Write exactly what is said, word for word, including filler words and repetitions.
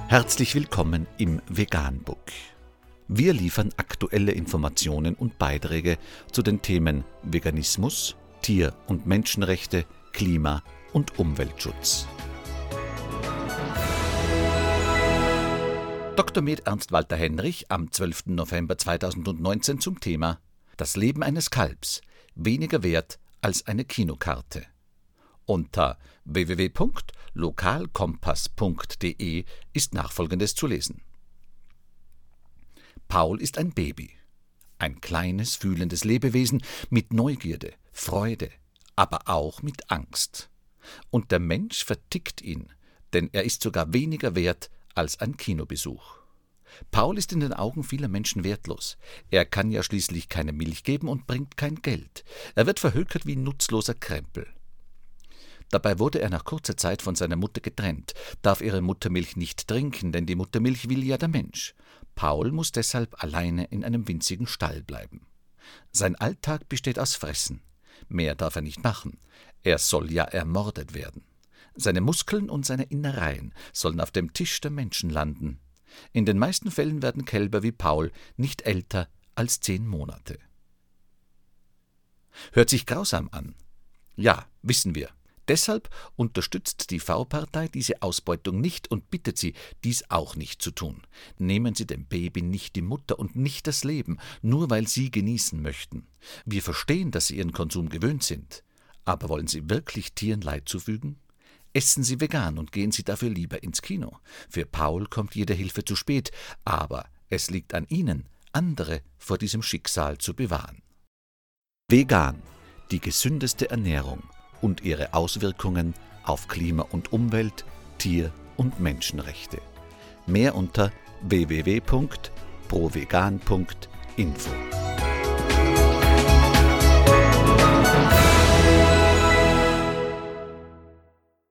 Herzlich willkommen im Veganbook. Wir liefern aktuelle Informationen und Beiträge zu den Themen Veganismus, Tier- und Menschenrechte, Klima- und Umweltschutz. Doktor med Ernst Walter Henrich am zwölften November zweitausendneunzehn zum Thema Das Leben eines Kalbs, weniger wert als eine Kinokarte. Unter w w w punkt lokalkompass punkt d e ist Nachfolgendes zu lesen. Paul ist ein Baby, ein kleines, fühlendes Lebewesen mit Neugierde, Freude, aber auch mit Angst. Und der Mensch vertickt ihn, denn er ist sogar weniger wert als ein Kinobesuch. Paul ist in den Augen vieler Menschen wertlos. Er kann ja schließlich keine Milch geben und bringt kein Geld. Er wird verhökert wie nutzloser Krempel. Dabei wurde er nach kurzer Zeit von seiner Mutter getrennt, darf ihre Muttermilch nicht trinken, denn die Muttermilch will ja der Mensch. Paul muss deshalb alleine in einem winzigen Stall bleiben. Sein Alltag besteht aus Fressen. Mehr darf er nicht machen. Er soll ja ermordet werden. Seine Muskeln und seine Innereien sollen auf dem Tisch der Menschen landen. In den meisten Fällen werden Kälber wie Paul nicht älter als zehn Monate. Hört sich grausam an. Ja, wissen wir. Deshalb unterstützt die V-Partei diese Ausbeutung nicht und bittet Sie, dies auch nicht zu tun. Nehmen Sie dem Baby nicht die Mutter und nicht das Leben, nur weil Sie genießen möchten. Wir verstehen, dass Sie Ihren Konsum gewöhnt sind. Aber wollen Sie wirklich Tieren Leid zufügen? Essen Sie vegan und gehen Sie dafür lieber ins Kino. Für Paul kommt jede Hilfe zu spät, aber es liegt an Ihnen, andere vor diesem Schicksal zu bewahren. Vegan, die gesündeste Ernährung und ihre Auswirkungen auf Klima und Umwelt, Tier- und Menschenrechte. Mehr unter w w w punkt provegan punkt info.